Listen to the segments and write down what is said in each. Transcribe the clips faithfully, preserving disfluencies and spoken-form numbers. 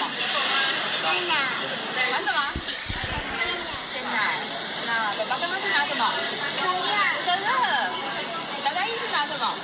么？ 鲜奶。 玩什么？鲜奶。那爸爸刚刚去拿什么？ 可乐。 可乐。小大一是拿什么？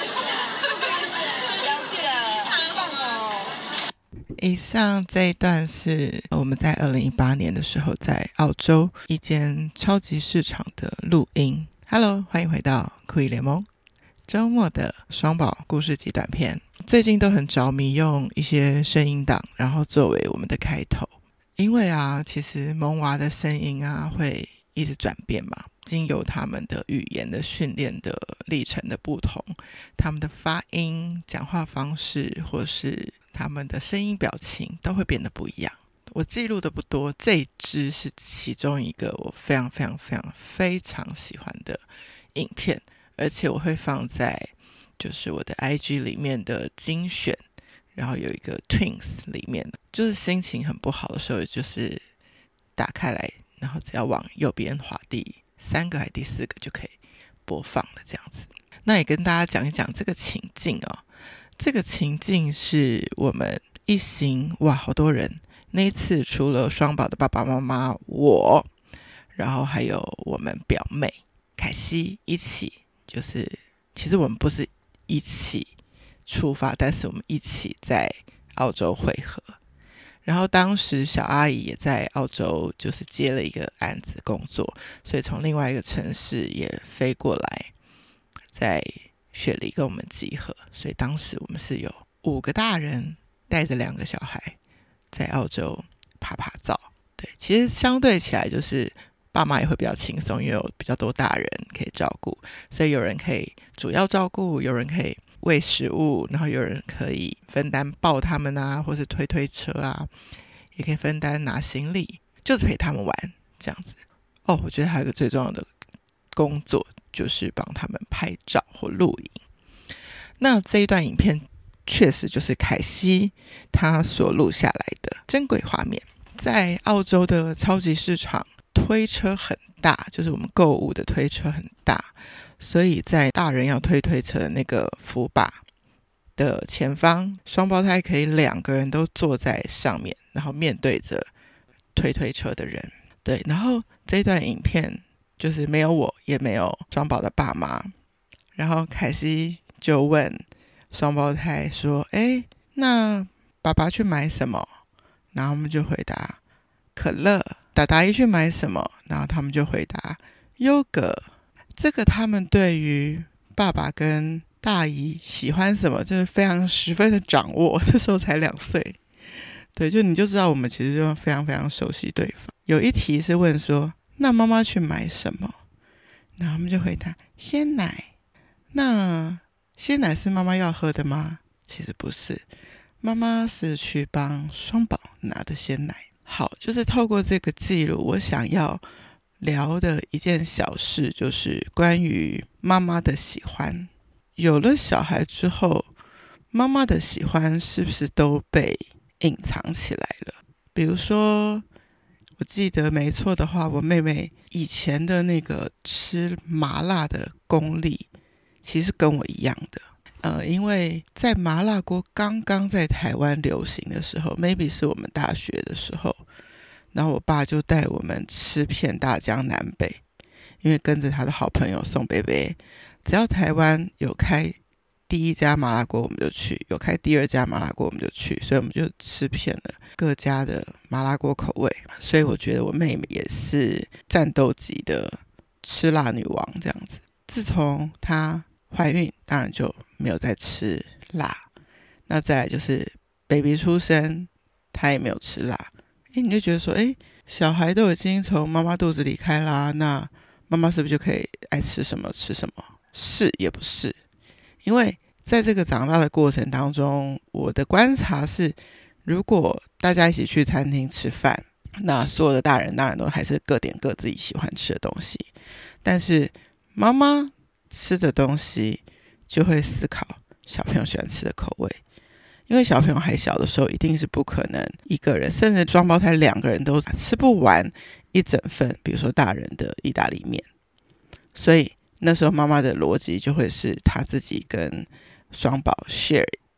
了解了，很棒哦。 以上这一段是我们在二零一八年的时候在澳洲一间超级市场的录音。Hello， 欢迎回到酷艺联盟周末的双宝故事集短片。最近都很着迷用一些声音档，然后作为我们的开头。因为啊，其实萌娃的声音啊会一直转变嘛，经由他们的语言的训练的历程的不同，他们的发音、讲话方式，或是他们的声音表情都会变得不一样。我记录的不多，这一支是其中一个我非常非常非常非常喜欢的影片，而且我会放在就是我的 I G 里面的精选，然后有一个 Twins 里面，就是心情很不好的时候，就是打开来，然后只要往右边滑第三个还第四个就可以播放了这样子。那也跟大家讲一讲这个情境哦。这个情境是我们一行哇好多人，那一次除了双宝的爸爸妈妈我，然后还有我们表妹凯西一起，就是其实我们不是一起出发，但是我们一起在澳洲会合。然后当时小阿姨也在澳洲就是接了一个案子工作，所以从另外一个城市也飞过来在雪梨跟我们集合，所以当时我们是有五个大人带着两个小孩在澳洲爬爬照。对，其实相对起来就是爸妈也会比较轻松，因为有比较多大人可以照顾，所以有人可以主要照顾，有人可以喂食物，然后有人可以分担抱他们啊，或是推推车啊，也可以分担拿行李，就是陪他们玩这样子。哦，我觉得还有一个最重要的工作就是帮他们拍照或录影。那这一段影片确实就是凯西他所录下来的珍贵画面。在澳洲的超级市场，推车很大，就是我们购物的推车很大，所以在大人要推推车的那个扶把的前方，双胞胎可以两个人都坐在上面，然后面对着推推车的人。对，然后这段影片就是没有我，也没有双宝的爸妈，然后凯西就问双胞胎说：诶，那爸爸去买什么？然后他们就回答可乐。达达一去买什么？然后他们就回答优格。这个他们对于爸爸跟大姨喜欢什么就是非常十分的掌握，这时候才两岁。对，就你就知道我们其实就非常非常熟悉对方。有一题是问说那妈妈去买什么？然后他们就回答鲜奶。那鲜奶是妈妈要喝的吗？其实不是，妈妈是去帮双宝拿的鲜奶。好，就是透过这个记录，我想要聊的一件小事就是关于妈妈的喜欢。有了小孩之后，妈妈的喜欢是不是都被隐藏起来了？比如说我记得没错的话，我妹妹以前的那个吃麻辣的功力其实跟我一样的。呃，因为在麻辣锅刚刚在台湾流行的时候 maybe 是我们大学的时候，然后我爸就带我们吃遍大江南北，因为跟着他的好朋友宋贝贝，只要台湾有开第一家麻辣锅我们就去，有开第二家麻辣锅我们就去，所以我们就吃遍了各家的麻辣锅口味。所以我觉得我妹妹也是战斗级的吃辣女王这样子。自从她怀孕当然就没有再吃辣，那再来就是 baby 出生她也没有吃辣。诶，你就觉得说，诶，小孩都已经从妈妈肚子离开啦，那妈妈是不是就可以爱吃什么吃什么？是也不是，因为在这个长大的过程当中，我的观察是，如果大家一起去餐厅吃饭，那所有的大人当然都还是各点各自己喜欢吃的东西，但是妈妈吃的东西就会思考小朋友喜欢吃的口味。因为小朋友还小的时候，一定是不可能一个人，甚至双胞胎两个人都吃不完一整份，比如说大人的意大利面。所以那时候妈妈的逻辑就会是她自己跟双宝 share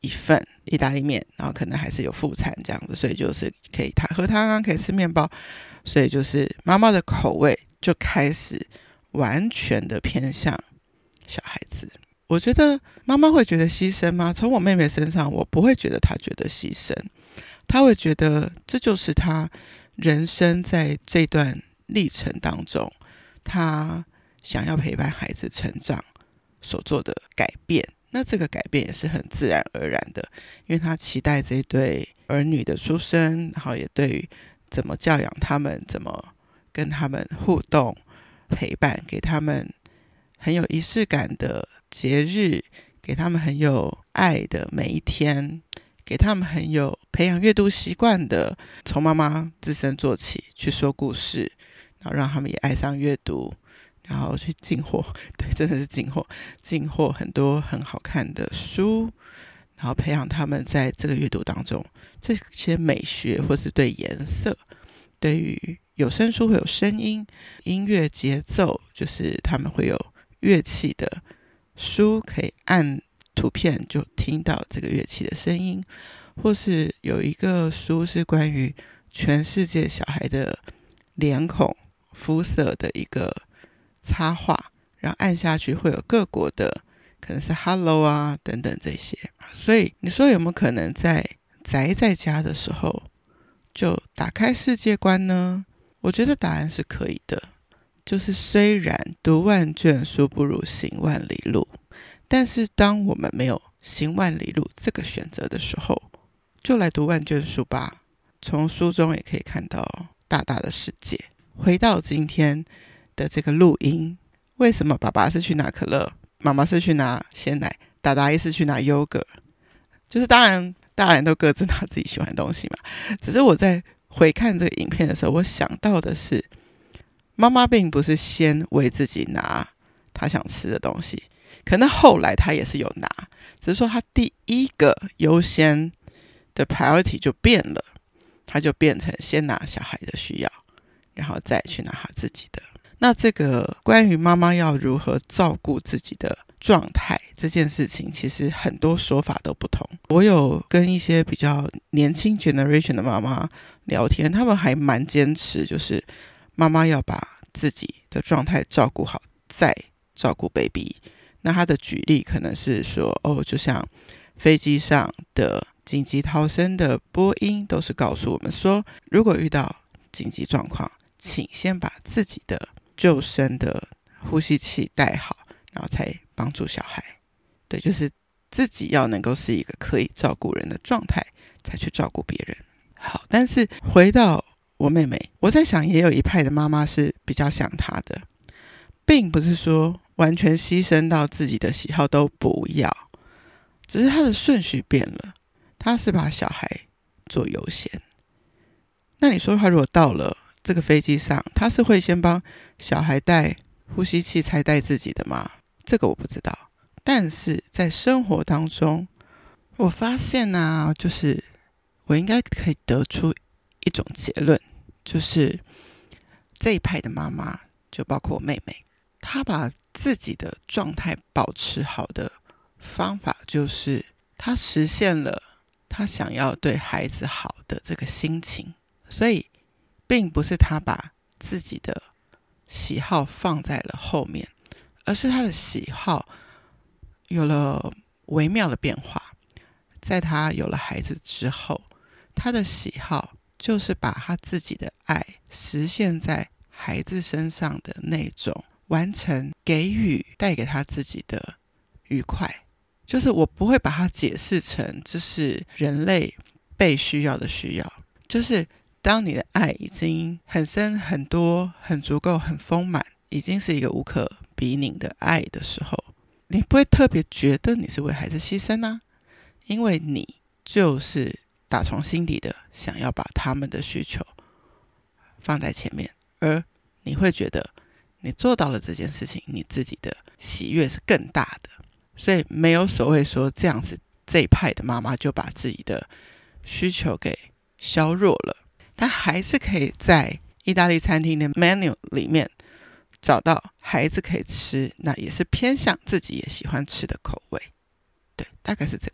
一份意大利面，然后可能还是有副餐这样子，所以就是可以他喝汤啊，可以吃面包，所以就是妈妈的口味就开始完全的偏向小孩子。我觉得妈妈会觉得牺牲吗？从我妹妹身上，我不会觉得她觉得牺牲，她会觉得这就是她人生在这段历程当中，她想要陪伴孩子成长所做的改变。那这个改变也是很自然而然的，因为她期待这一对儿女的出生，然后也对于怎么教养他们，怎么跟他们互动陪伴，给他们很有仪式感的节日，给他们很有爱的每一天，给他们很有培养阅读习惯的，从妈妈自身做起，去说故事，然后让他们也爱上阅读，然后去进货，对，真的是进货，进货很多很好看的书，然后培养他们在这个阅读当中这些美学，或是对颜色，对于有声书会有声音，音乐节奏，就是他们会有乐器的书，可以按图片就听到这个乐器的声音，或是有一个书是关于全世界小孩的脸孔肤色的一个插画，然后按下去会有各国的可能是 Hello 啊等等这些。所以你说有没有可能在宅在家的时候就打开世界观呢？我觉得答案是可以的，就是虽然读万卷书不如行万里路，但是当我们没有行万里路这个选择的时候，就来读万卷书吧，从书中也可以看到大大的世界。回到今天的这个录音，为什么爸爸是去拿可乐，妈妈是去拿鲜奶，达达一是去拿优格？就是当然大人都各自拿自己喜欢的东西嘛，只是我在回看这个影片的时候，我想到的是妈妈并不是先为自己拿她想吃的东西，可能后来她也是有拿，只是说她第一个优先的 priority 就变了，她就变成先拿小孩的需要，然后再去拿她自己的。那这个关于妈妈要如何照顾自己的状态这件事情，其实很多说法都不同。我有跟一些比较年轻 generation 的妈妈聊天，他们还蛮坚持，就是妈妈要把自己的状态照顾好，再照顾 baby。那他的举例可能是说，哦，就像飞机上的紧急逃生的播音都是告诉我们说，如果遇到紧急状况，请先把自己的救生的呼吸器带好，然后才帮助小孩。对，就是自己要能够是一个可以照顾人的状态，才去照顾别人。好，但是回到我妹妹，我在想也有一派的妈妈是比较像她的，并不是说完全牺牲到自己的喜好都不要，只是她的顺序变了，她是把小孩做优先。那你说她如果到了这个飞机上，她是会先帮小孩带呼吸器才带自己的吗？这个我不知道。但是在生活当中，我发现啊，就是我应该可以得出一种结论，就是这一派的妈妈，就包括我妹妹，她把自己的状态保持好的方法，就是她实现了她想要对孩子好的这个心情，所以并不是她把自己的喜好放在了后面，而是她的喜好有了微妙的变化。在她有了孩子之后，她的喜好就是把她自己的爱实现在孩子身上的那种完成给予带给她自己的愉快，就是我不会把它解释成这是人类被需要的需要，就是当你的爱已经很深很多很足够很丰满，已经是一个无可比拟的爱的时候，你不会特别觉得你是为孩子牺牲啊，因为你就是打从心底的想要把他们的需求放在前面，而你会觉得你做到了这件事情，你自己的喜悦是更大的。所以没有所谓说这样子这一派的妈妈就把自己的需求给削弱了，她还是可以在意大利餐厅的 menu 里面找到孩子可以吃，那也是偏向自己也喜欢吃的口味。对，大概是这个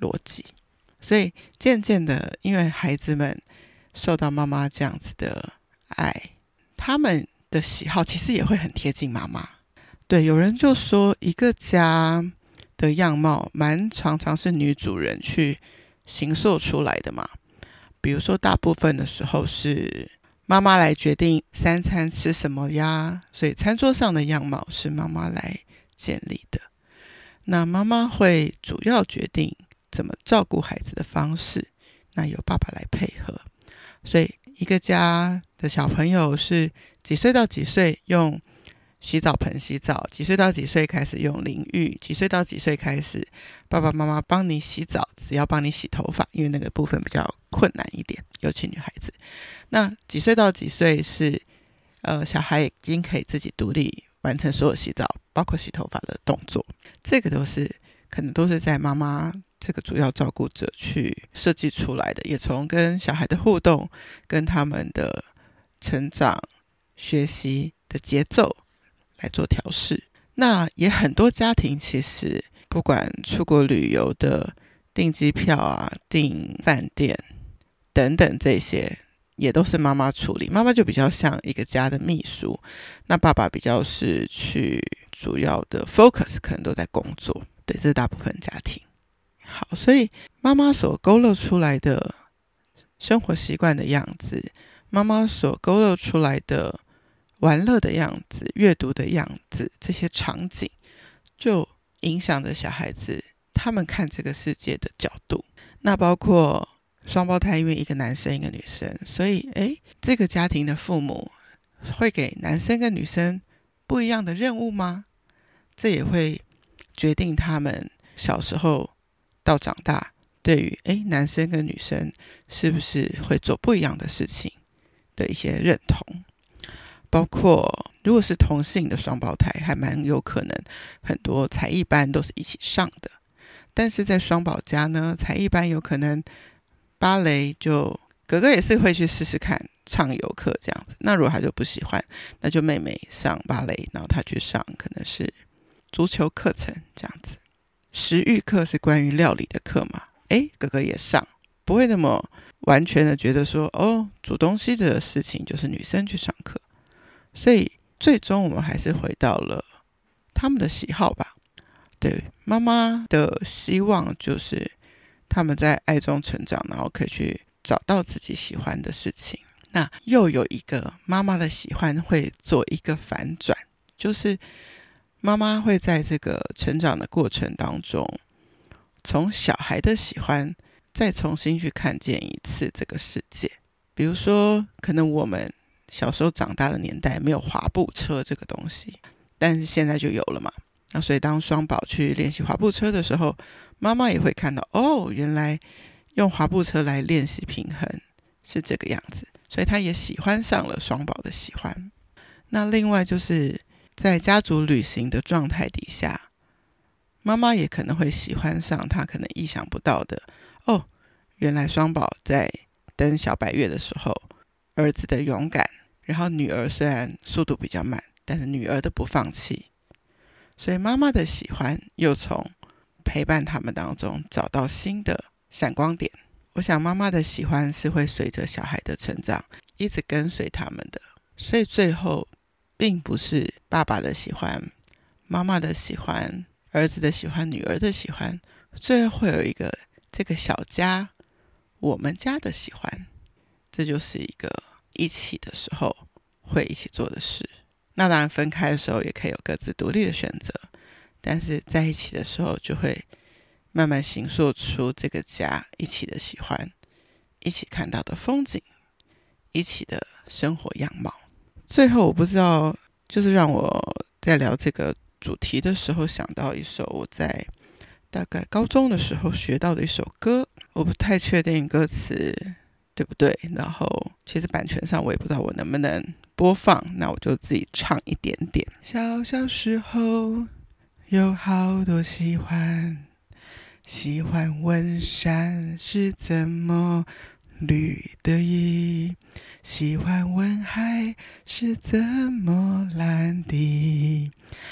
逻辑。所以渐渐的，因为孩子们受到妈妈这样子的爱，他们的喜好其实也会很贴近妈妈。对，有人就说一个家的样貌蛮常常是女主人去形塑出来的嘛。比如说大部分的时候是妈妈来决定三餐吃什么呀，所以餐桌上的样貌是妈妈来建立的。那妈妈会主要决定怎么照顾孩子的方式，那由爸爸来配合。所以一个家的小朋友是几岁到几岁用洗澡盆洗澡，几岁到几岁开始用淋浴，几岁到几岁开始爸爸妈妈帮你洗澡，只要帮你洗头发，因为那个部分比较困难一点，尤其女孩子。那几岁到几岁是呃小孩已经可以自己独立完成所有洗澡包括洗头发的动作，这个都是可能都是在妈妈这个主要照顾者去设计出来的，也从跟小孩的互动跟他们的成长学习的节奏来做调试。那也很多家庭其实不管出国旅游的订机票啊、订饭店等等，这些也都是妈妈处理。妈妈就比较像一个家的秘书，那爸爸比较是去主要的 focus 可能都在工作。对，这是大部分家庭。好，所以妈妈所勾勒出来的生活习惯的样子，妈妈所勾勒出来的玩乐的样子、阅读的样子，这些场景就影响着小孩子他们看这个世界的角度。那包括双胞胎，因为一个男生一个女生，所以诶，这个家庭的父母会给男生跟女生不一样的任务吗？这也会决定他们小时候到长大对于诶男生跟女生是不是会做不一样的事情的一些认同。包括如果是同性的双胞胎，还蛮有可能很多才艺班都是一起上的，但是在双宝家呢，才艺班有可能芭蕾就哥哥也是会去试试看唱游课这样子，那如果他就不喜欢，那就妹妹上芭蕾，然后他去上可能是足球课程这样子。食育课是关于料理的课嘛，诶，哥哥也上，不会那么完全的觉得说哦，煮东西的事情就是女生去上课。所以最终我们还是回到了他们的喜好吧。对，妈妈的希望就是他们在爱中成长，然后可以去找到自己喜欢的事情。那又有一个妈妈的喜欢会做一个反转，就是妈妈会在这个成长的过程当中，从小孩的喜欢再重新去看见一次这个世界。比如说可能我们小时候长大的年代没有滑步车这个东西，但是现在就有了嘛。那所以当双宝去练习滑步车的时候，妈妈也会看到哦，原来用滑步车来练习平衡是这个样子，所以他也喜欢上了双宝的喜欢。那另外就是在家族旅行的状态底下，妈妈也可能会喜欢上他可能意想不到的哦，原来双宝在登小百岳的时候儿子的勇敢，然后女儿虽然速度比较慢，但是女儿的不放弃，所以妈妈的喜欢又从陪伴他们当中找到新的闪光点。我想妈妈的喜欢是会随着小孩的成长一直跟随他们的，所以最后并不是爸爸的喜欢、妈妈的喜欢、儿子的喜欢、女儿的喜欢，最后会有一个这个小家我们家的喜欢。这就是一个一起的时候会一起做的事。那当然分开的时候也可以有各自独立的选择，但是在一起的时候就会慢慢形塑出这个家一起的喜欢，一起看到的风景，一起的生活样貌。最后我不知道，就是让我在聊这个主题的时候想到一首我在大概高中的时候学到的一首歌，我不太确定歌词对不对，然后其实版权上我也不知道我能不能播放，那我就自己唱一点点。小小时候有好多喜欢，喜欢问山是怎么绿的意，喜欢问海是怎么蓝的，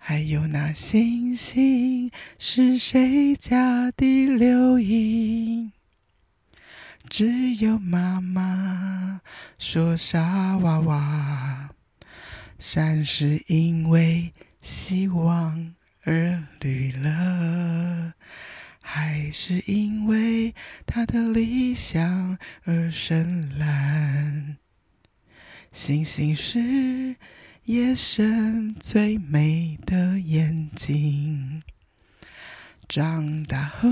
还有那星星是谁家的留影？只有妈妈说傻娃娃，闪是因为希望而绿了，还是因为他的理想而深蓝？星星是夜深最美的眼睛。长大后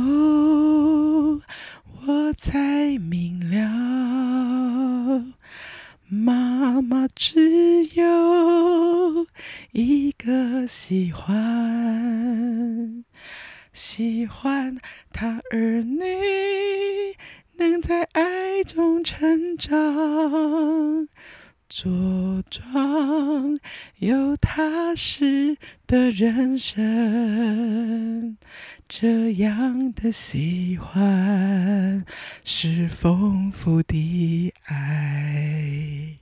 我才明了，妈妈只有一个喜欢，喜欢她儿女能在爱中成长，茁壮又踏实的人生。这样的喜欢是丰富的爱，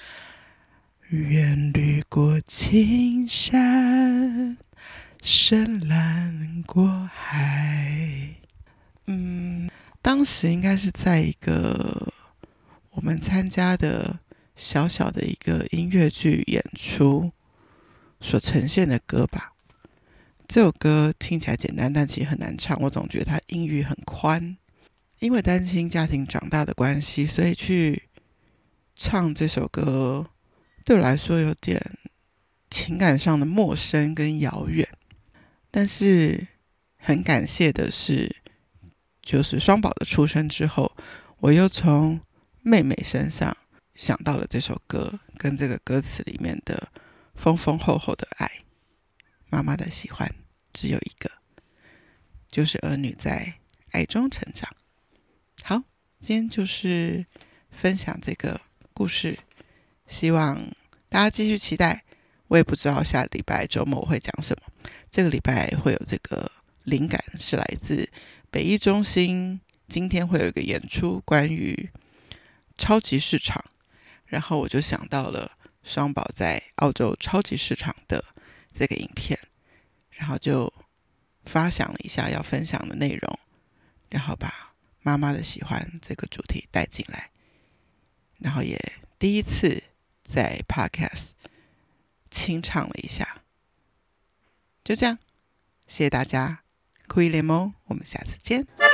远绿过青山，深蓝过海。嗯，当时应该是在一个我们参加的小小的一个音乐剧演出所呈现的歌吧。这首歌听起来简单，但其实很难唱。我总觉得它音域很宽，因为单亲家庭长大的关系，所以去唱这首歌对我来说有点情感上的陌生跟遥远。但是很感谢的是，就是双宝的出生之后，我又从妹妹身上想到了这首歌跟这个歌词里面的丰丰厚厚的爱。妈妈的喜欢只有一个，就是儿女在爱中成长。好，今天就是分享这个故事，希望大家继续期待。我也不知道下礼拜周末我会讲什么，这个礼拜会有这个灵感是来自北艺中心，今天会有一个演出关于超级市场，然后我就想到了双宝在澳洲超级市场的这个影片，然后就发想了一下要分享的内容，然后把妈妈的喜欢这个主题带进来，然后也第一次在 Podcast 清唱了一下。就这样，谢谢大家，酷伊联盟，我们下次见。